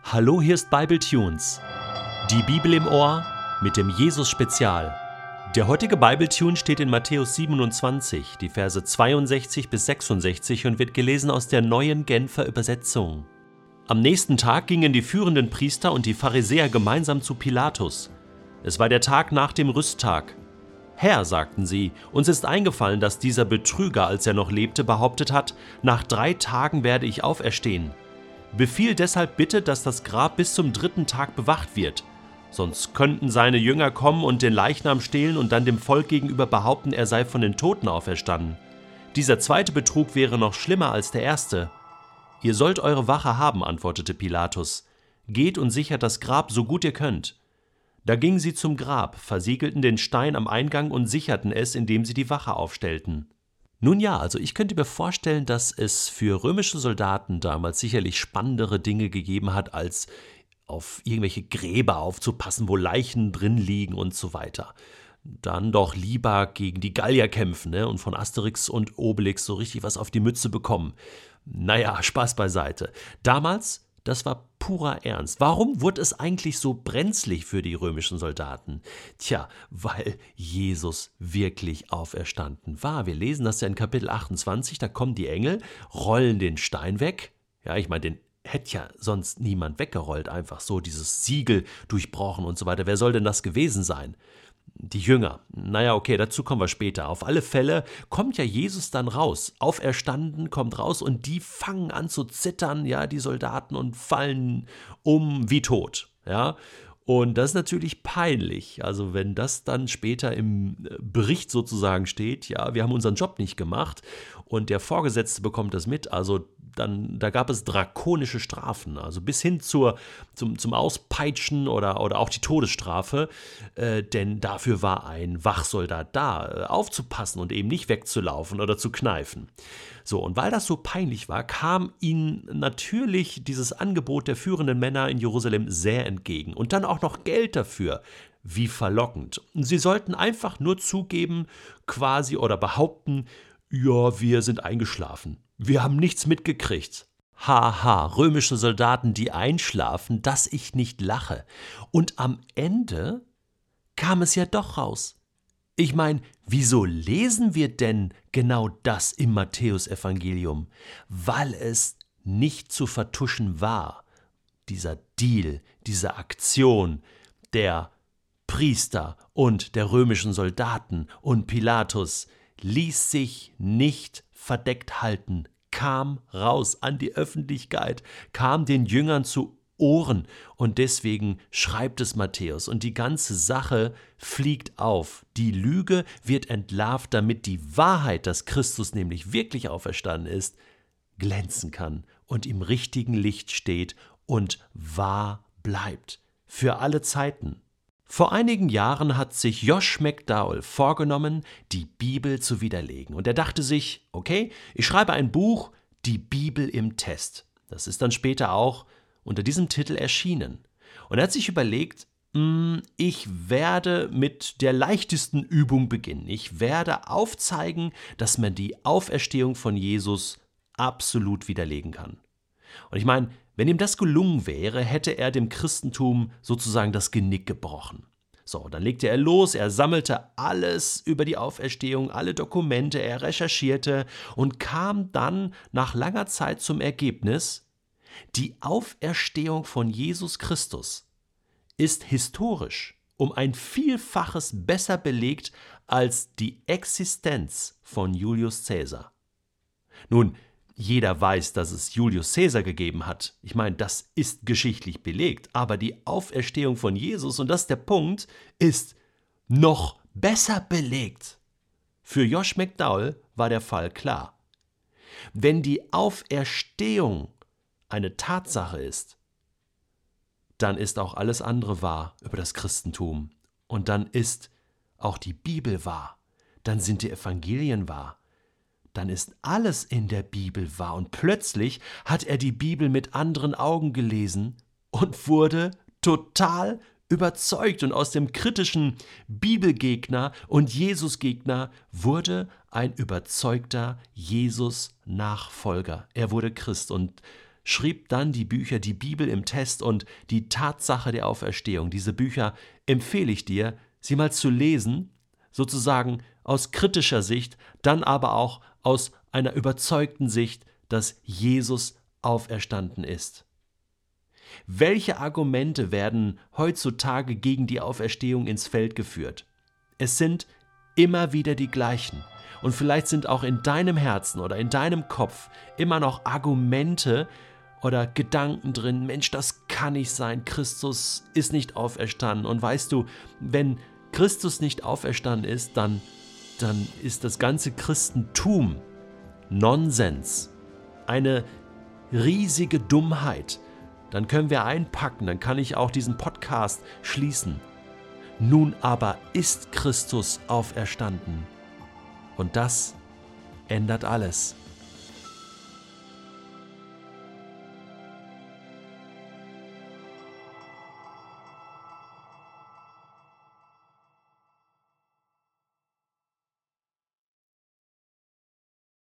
Hallo, hier ist Bibletunes. Die Bibel im Ohr mit dem Jesus-Spezial. Der heutige Bibletune steht in Matthäus 27, die Verse 62 bis 66 und wird gelesen aus der neuen Genfer Übersetzung. Am nächsten Tag gingen die führenden Priester und die Pharisäer gemeinsam zu Pilatus. Es war der Tag nach dem Rüsttag. Herr, sagten sie, uns ist eingefallen, dass dieser Betrüger, als er noch lebte, behauptet hat, nach 3 Tagen werde ich auferstehen. Befiehl deshalb bitte, dass das Grab bis zum 3. Tag bewacht wird. Sonst könnten seine Jünger kommen und den Leichnam stehlen und dann dem Volk gegenüber behaupten, er sei von den Toten auferstanden. Dieser zweite Betrug wäre noch schlimmer als der erste. Ihr sollt eure Wache haben, antwortete Pilatus. Geht und sichert das Grab, so gut ihr könnt. Da gingen sie zum Grab, versiegelten den Stein am Eingang und sicherten es, indem sie die Wache aufstellten. Nun ja, also ich könnte mir vorstellen, dass es für römische Soldaten damals sicherlich spannendere Dinge gegeben hat, als auf irgendwelche Gräber aufzupassen, wo Leichen drin liegen und so weiter. Dann doch lieber gegen die Gallier kämpfen, ne? Und von Asterix und Obelix so richtig was auf die Mütze bekommen. Naja, Spaß beiseite. Damals, das war purer Ernst. Warum wurde es eigentlich so brenzlig für die römischen Soldaten? Tja, weil Jesus wirklich auferstanden war. Wir lesen das ja in Kapitel 28, da kommen die Engel, rollen den Stein weg. Ja, ich meine, den hätte ja sonst niemand weggerollt, einfach so dieses Siegel durchbrochen und so weiter. Wer soll denn das gewesen sein? Die Jünger. Naja, okay, dazu kommen wir später. Auf alle Fälle kommt ja Jesus dann raus. Auferstanden, kommt raus und die fangen an zu zittern, ja, die Soldaten, und fallen um wie tot, ja. Und das ist natürlich peinlich. Also wenn das dann später im Bericht sozusagen steht, ja, wir haben unseren Job nicht gemacht und der Vorgesetzte bekommt das mit, also dann, da gab es drakonische Strafen, also bis hin zum Auspeitschen oder auch die Todesstrafe, denn dafür war ein Wachsoldat da, aufzupassen und eben nicht wegzulaufen oder zu kneifen. So, und weil das so peinlich war, kam ihnen natürlich dieses Angebot der führenden Männer in Jerusalem sehr entgegen und dann auch noch Geld dafür. Wie verlockend. Sie sollten einfach nur zugeben, quasi, oder behaupten, ja, wir sind eingeschlafen. Wir haben nichts mitgekriegt. Haha, römische Soldaten, die einschlafen, dass ich nicht lache. Und am Ende kam es ja doch raus. Ich meine, wieso lesen wir denn genau das im Matthäusevangelium? Weil es nicht zu vertuschen war. Dieser Deal, diese Aktion der Priester und der römischen Soldaten und Pilatus ließ sich nicht verdeckt halten, kam raus an die Öffentlichkeit, kam den Jüngern zu Ohren, und deswegen schreibt es Matthäus und die ganze Sache fliegt auf. Die Lüge wird entlarvt, damit die Wahrheit, dass Christus nämlich wirklich auferstanden ist, glänzen kann und im richtigen Licht steht und wahr bleibt. Für alle Zeiten. Vor einigen Jahren hat sich Josh McDowell vorgenommen, die Bibel zu widerlegen. Und er dachte sich, okay, ich schreibe ein Buch, die Bibel im Test. Das ist dann später auch unter diesem Titel erschienen. Und er hat sich überlegt, ich werde mit der leichtesten Übung beginnen. Ich werde aufzeigen, dass man die Auferstehung von Jesus absolut widerlegen kann. Und ich meine, wenn ihm das gelungen wäre, hätte er dem Christentum sozusagen das Genick gebrochen. So, dann legte er los, er sammelte alles über die Auferstehung, alle Dokumente, er recherchierte und kam dann nach langer Zeit zum Ergebnis, die Auferstehung von Jesus Christus ist historisch um ein Vielfaches besser belegt als die Existenz von Julius Caesar. Nun, jeder weiß, dass es Julius Caesar gegeben hat. Ich meine, das ist geschichtlich belegt. Aber die Auferstehung von Jesus, und das ist der Punkt, ist noch besser belegt. Für Josh McDowell war der Fall klar. Wenn die Auferstehung eine Tatsache ist, dann ist auch alles andere wahr über das Christentum. Und dann ist auch die Bibel wahr. Dann sind die Evangelien wahr. Dann ist alles in der Bibel wahr. Und plötzlich hat er die Bibel mit anderen Augen gelesen und wurde total überzeugt. Und aus dem kritischen Bibelgegner und Jesusgegner wurde ein überzeugter Jesus-Nachfolger. Er wurde Christ. Und schrieb dann die Bücher Die Bibel im Test und Die Tatsache der Auferstehung. Diese Bücher empfehle ich dir, sie mal zu lesen, sozusagen aus kritischer Sicht, dann aber auch aus einer überzeugten Sicht, dass Jesus auferstanden ist. Welche Argumente werden heutzutage gegen die Auferstehung ins Feld geführt? Es sind immer wieder die gleichen. Und vielleicht sind auch in deinem Herzen oder in deinem Kopf immer noch Argumente oder Gedanken drin, Mensch, das kann nicht sein, Christus ist nicht auferstanden. Und weißt du, wenn Christus nicht auferstanden ist, dann ist das ganze Christentum Nonsens, eine riesige Dummheit. Dann können wir einpacken, dann kann ich auch diesen Podcast schließen. Nun aber ist Christus auferstanden. Und das ändert alles.